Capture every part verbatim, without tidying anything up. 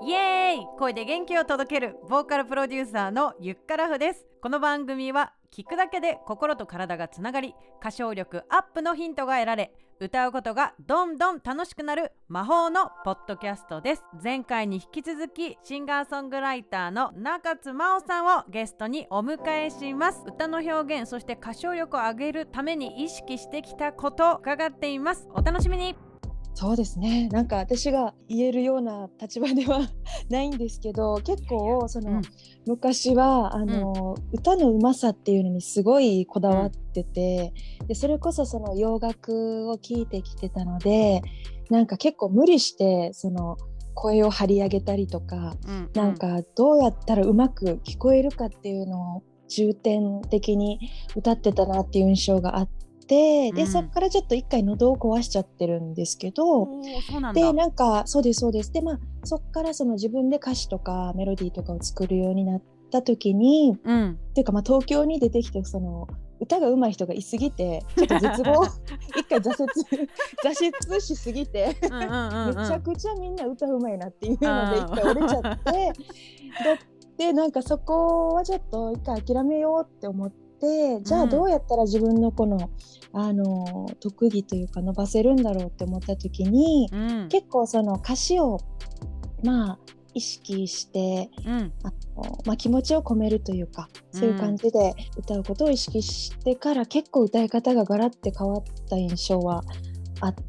イエーイ、声で元気を届けるボーカルプロデューサーのゆっからふです。この番組は聞くだけで心と体がつながり、歌唱力アップのヒントが得られ、歌うことがどんどん楽しくなる魔法のポッドキャストです。前回に引き続きシンガーソングライターの中津真央さんをゲストにお迎えします。歌の表現、そして歌唱力を上げるために意識してきたことを伺っています。お楽しみに。 そうですね、なんか私が言えるような立場ではないんですけど、結構その、うん、昔はあの、うん、歌のうまさっていうのにすごいこだわってて、うん、でそれこそその洋楽を聴いてきてたので、なんか結構無理してその声を張り上げたりとか、うん、なんかどうやったらうまく聞こえるかっていうのを重点的に歌ってたなっていう印象があって、で、うん、そっからちょっと一回喉を壊しちゃってるんですけど、 そうなんだ。 でなんかそうですそうです。でまあそっからその自分で歌詞とかメロディーとかを作るようになった時に、うん、っていうかまあ東京に出てきてその歌が上手い人がいすぎてちょっと絶望一回挫折挫折しすぎてうんうんうん、うん、めちゃくちゃみんな歌上手いなっていうので一回折れちゃってで, でなんかそこはちょっと一回諦めようって思って、じゃあどうやったら自分のこの、あの特技というか伸ばせるんだろうって思った時に、うん、結構その歌詞をまあ意識して、うん、あのまあ、気持ちを込めるというかそういう感じで歌うことを意識してから、結構歌い方がガラッて変わった印象はあって、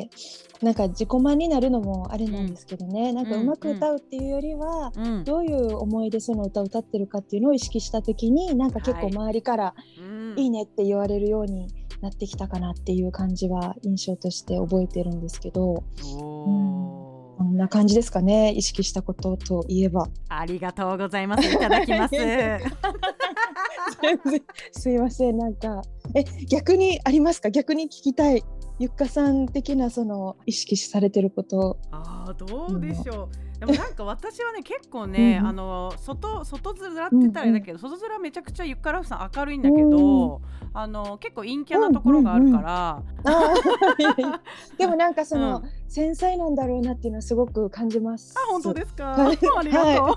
なんか自己満になるのもあれなんですけどね、うん、なんかうまく歌うっていうよりは、うん、どういう思いでその歌を歌ってるかっていうのを意識した時に、なんか結構周りからいいねって言われるようになってきたかなっていう感じは印象として覚えてるんですけど、うん、こんな感じですかね。意識したことといえば。 ありがとうございます。いただきますすいません。なんかえ逆にありますか？逆に聞きたい。ゆっかさん的なその意識されてること。 あーどうでしょう、うん、でもなんか私はね結構ね、うん、あの 外, 外面って言ったらあれだけど、うんうん、外面めちゃくちゃゆっからふさん明るいんだけど、うん、あの結構陰キャなところがあるから、 うんうんうん、でもなんかその、うん、繊細なんだろうなっていうのはすごく感じます。 あ、本当ですか？ありがとう、はい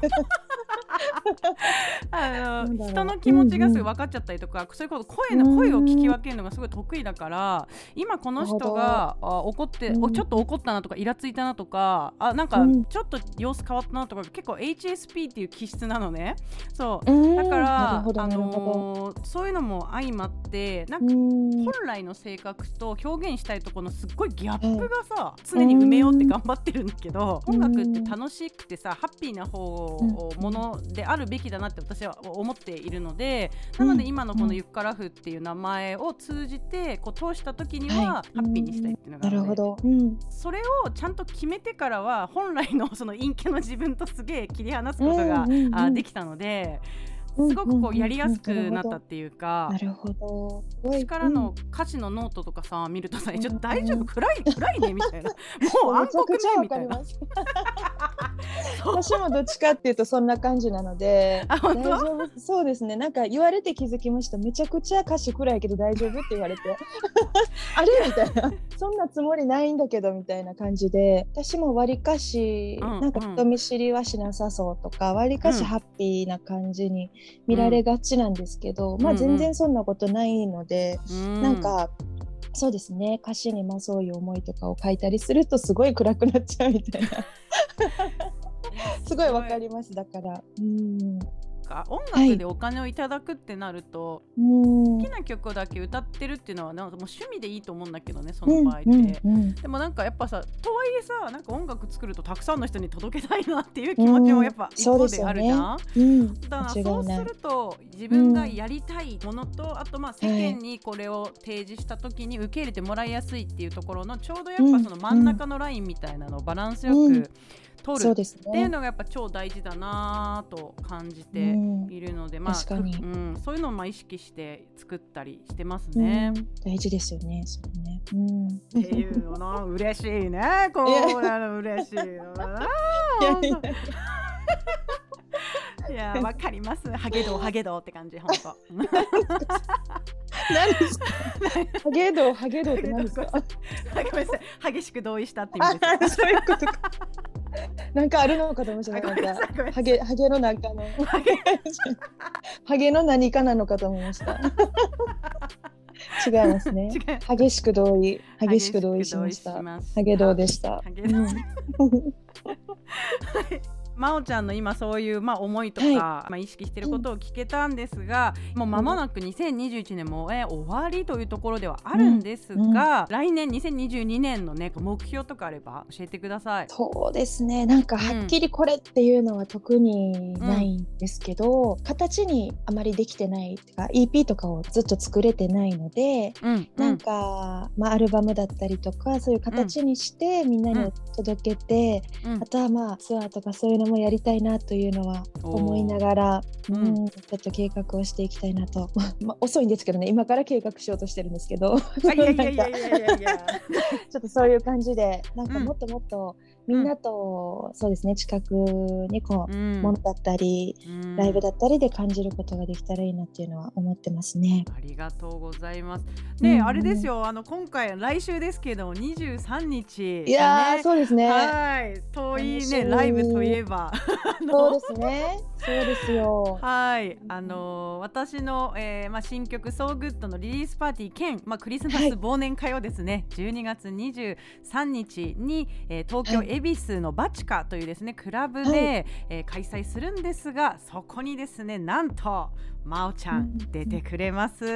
あの人の気持ちがすぐ分かっちゃったりとか、うんうん、それこそ声の声を聞き分けるのがすごい得意だから、今この人があ怒って、うん、ちょっと怒ったなとかイラついたなとか、あなんかちょっと様子変わったなとか、結構 エイチエスピー っていう気質なのね。そうだから、あのー、そういうのも相まってなんか本来の性格と表現したいところのすっごいギャップがさ、うん、常に埋めようって頑張ってるんだけど、音楽って楽しくてさハッピーな方をものであるべきだなって私は思っているので、なので今のこのゆっからふっていう名前を通じてこう通した時にはハッピーにしたいっていうのがあって、 なるほど、うん、 それをちゃんと決めてからは本来のその陰キャの自分とすげえ切り離すことが、うんうんうん、あできたので、すごくこうやりやすくなったっていうか、 なるほど。 私からの歌詞のノートとかさ見るとさ、ちょっと大丈夫、暗い暗いねみたいな、もう暗黒ねみたいな私もどっちかっていうとそんな感じなので大丈夫そうですね。なんか言われて気づきました。めちゃくちゃ歌詞暗いけど大丈夫って言われてあれみたいな、そんなつもりないんだけどみたいな感じで、私もわりかし、うん、なんか人見知りはしなさそうとか、わりかしハッピーな感じに見られがちなんですけど、うん、まあ全然そんなことないので、うん、なんかそうですね、歌詞にもそういう思いとかを書いたりするとすごい暗くなっちゃうみたいなすごいわかります。だからうん音楽でお金をいただくってなると、はい、好きな曲だけ歌ってるっていうのはなんかもう趣味でいいと思うんだけどね、その場合って、うんうんうん、でもなんかやっぱさ、とはいえさ、なんか音楽作るとたくさんの人に届けたいなっていう気持ちもやっぱ一方であるじゃん、うん、ね、うん、だからそうすると自分がやりたいものと、うん、あとまあ世間にこれを提示した時に受け入れてもらいやすいっていうところのちょうどやっぱその真ん中のラインみたいなのをバランスよく、うんうん取るっていうのがやっぱ超大事だなと感じているので、うん、まあ確かに、 うん、そういうのをまあ意識して作ったりしてますね、 うん、大事ですよね、それね、うん、 っていうのな嬉しいね、こうなの嬉しいのないやわかります、ハゲドウハゲドウって感じ、ほんと何ですかハゲドウハゲドウって何ですかごめんなさい、激しく同意したって意味ですそういうことかなんかあるのかと思いました。なんかハゲハゲの中のハゲの何かなのかと思いました。違いますね。激しく同意激しく同意しました。ハゲ道でした。 まおちゃんの今そういう、まあ、思いとか、はい、まあ、意識していることを聞けたんですが、うん、もう間もなくにせんにじゅういちねんも、えー、終わりというところではあるんですが、うんうん、来年にせんにじゅうにねんの、ね、目標とかあれば教えてください。 そうですね、なんかはっきりこれっていうのは特にないんですけど、うん、形にあまりできてないってか イーピー とかをずっと作れてないので、うん、なんか、まあ、アルバムだったりとかそういう形にしてみんなに届けて、うん、あとはまあツアーとかそういうのもやりたいなというのは思いながら、うん、ちょっと計画をしていきたいなと、まあ、遅いんですけどね、今から計画しようとしてるんですけど、いやいやいやいやいやいやちょっとそういう感じでなんかもっともっとみんなと、うん、そうですね、近くにこう、うん、ものだったり、うん、ライブだったりで感じることができたらいいなっていうのは思ってますね。 ありがとうございます。で、うん、あれですよ、あの今回来週ですけどにじゅうさんにち、ね、 いやーそうですね、 はい遠いねライブといえばそうですね、そうですよ。 はい、あのー、私の、えーまあ、新曲 So Good のリリースパーティー兼、まあ、クリスマス忘年会をですね、はい、じゅうにがつにじゅうさんにちに、えー、東京恵比寿のバチカというですねクラブで、はい、えー、開催するんですが、そこにですねなんとまおちゃん出てくれます、うん、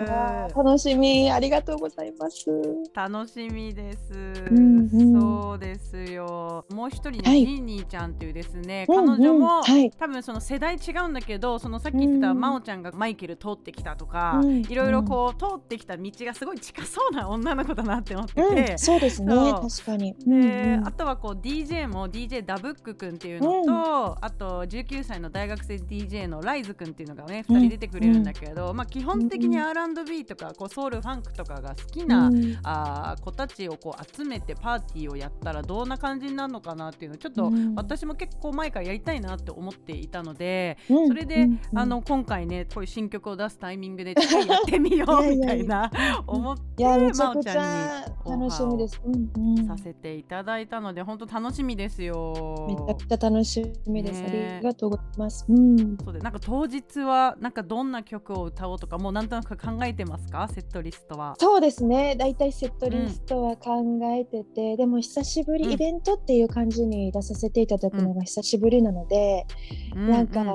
楽しみ、ありがとうございます。 楽しみです、うんうん、そうですよ。もう一人ね、はい、ジーニーちゃんというですね、彼女も、うんうん、はい、多分その世代違うんだけど、そのさっき言ってたまおちゃんがマイケル通ってきたとか、うん、いろいろこう通ってきた道がすごい近そうな女の子だなって思ってて、 うん、そうですね、確かに。 で、うんうん、あとはこう ディージェー も ディージェー ダブックくんっていうのと、うん、あとじゅうきゅうさいの大学生 ディージェー のライズくんっていうのがねふたり出てくれるんだけど、うん、まあ、基本的に アールアンドビー とかこうソウルファンクとかが好きな、うん、あ子たちをこう集めてパーティーをやったらどんな感じになるのかなっていうのをちょっと私も結構前からやりたいなって思っていたので、うん、それで、うんうん、あの今回ねこういう新曲を出すタイミングでちょっとやってみようみたいな思ってまおちゃんにオファーをさせていただいたので本当楽しみですよ。 めちゃくちゃ楽しみです、ね、ありがとうございます、 うん、そうでなんか当日はなんかどんな曲を歌おうとかもうなんとなく考えてますか？セットリストは。 そうですね、だいたいセットリストは考えてて、うん、でも久しぶり、うん、イベントっていう感じに出させていただくのが久しぶりなので、うん、なんか、うん、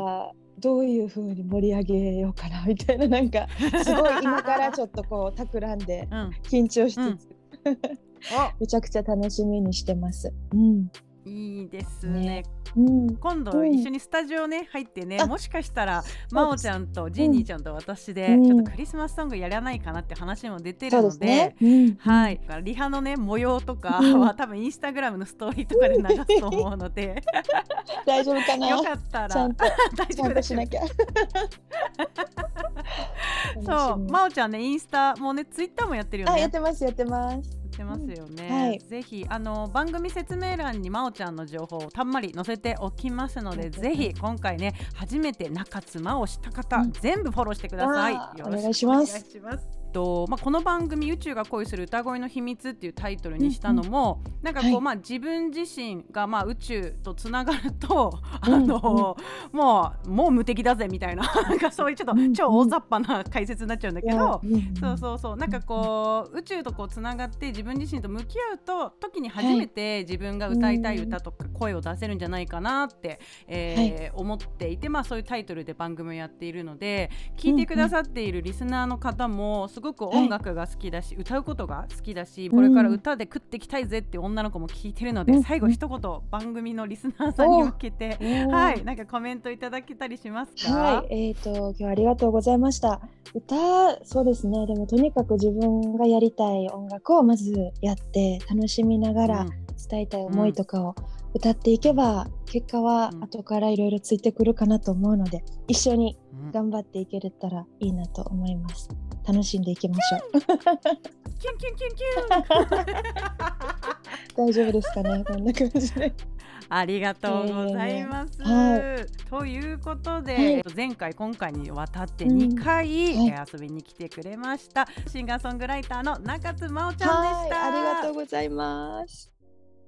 どういう風に盛り上げようかなみたいな、なんかすごい今からちょっとこう企んで緊張しつつ、うん、めちゃくちゃ楽しみにしてます、うん、 いいですね、ね、うん、今度一緒にスタジオね入ってね、もしかしたらまおちゃんとジーニーちゃんと私でちょっとクリスマスソングやらないかなって話も出てるので、ね、うん、はい、リハのね模様とかは多分インスタグラムのストーリーとかで流すと思うので大丈夫かな、 よかったらちゃんと大丈夫だしなきゃそうまおちゃんねインスタもねツイッターもやってるよね。 あ、やってますやってますしてますよね、 うん、はい、 ぜひあの番組説明欄にまおちゃんの情報をたんまり載せておきますので、ぜひ今回ね初めて中津まをした方、うん、全部フォローしてください。よろしくお願いします。とまあ、この番組宇宙が恋する歌声の秘密っていうタイトルにしたのも、うんうん、なんかこう、はい、まあ、自分自身がまあ宇宙とつながると、うんうん、あのもうもう無敵だぜみたいななんかそういうちょっと超大雑把な解説になっちゃうんだけど、うんうん、そうそうそう、なんかこう宇宙とこうつながって自分自身と向き合うと時に初めて自分が歌いたい歌とか声を出せるんじゃないかなって、えーはい、思っていて、まあ、そういうタイトルで番組をやっているので、聞いてくださっているリスナーの方もすごく音楽が好きだし、はい、歌うことが好きだし、これから歌で食っていきたいぜって女の子も聞いてるので、うん、最後一言番組のリスナーさんに向けて、はい、なんかコメントいただけたりしますか？ はい、えーと、今日はありがとうございました。歌、そうですね、でもとにかく自分がやりたい音楽をまずやって楽しみながら伝えたい思いとかを歌っていけば、うん、結果は後からいろいろついてくるかなと思うので、一緒に頑張っていけれたらいいなと思います。楽しんでいきましょう。キュンキュンキュンキュン大丈夫ですかね、こんな感じで。 ありがとうございます、えーはい、ということで、はい、前回今回にわたってにかい、うんはい、遊びに来てくれましたシンガーソングライターの中津まおちゃんでした。 はい、ありがとうございます。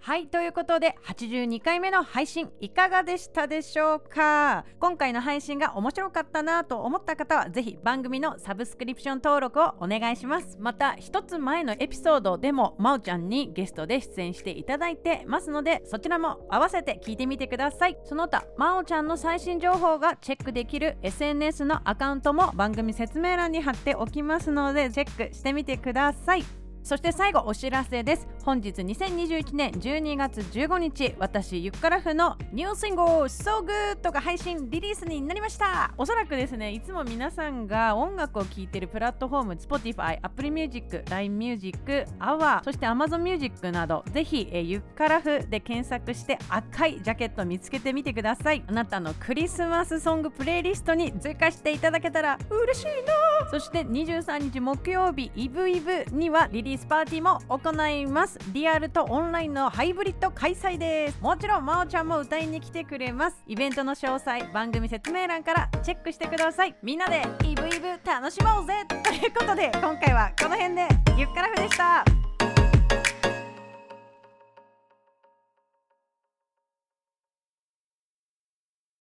はい、ということではちじゅうにかいめの配信いかがでしたでしょうか。今回の配信が面白かったなと思った方はぜひ番組のサブスクリプション登録をお願いします。また一つ前のエピソードでもまおちゃんにゲストで出演していただいてますので、そちらも合わせて聞いてみてください。その他まおちゃんの最新情報がチェックできる エスエヌエス のアカウントも番組説明欄に貼っておきますのでチェックしてみてください。そして最後お知らせです。本日にせんにじゅういちねんじゅうにがつじゅうごにち、私ゆっからふのニューシングル So Good が配信リリースになりました。おそらくですね、いつも皆さんが音楽を聴いているプラットフォーム Spotify、Apple Music、ライン Music、Awa、そして Amazon Music などぜひえゆっからふで検索して赤いジャケットを見つけてみてください。あなたのクリスマスソングプレイリストに追加していただけたら嬉しいな。そしてにじゅうさんにち木曜日イブイブにはリリースパーティーも行います。リアルとオンラインのハイブリッド開催です。もちろんまおちゃんも歌いに来てくれます。イベントの詳細番組説明欄からチェックしてください。みんなでイブイブ楽しもうぜということで今回はこの辺でゆっからふでした。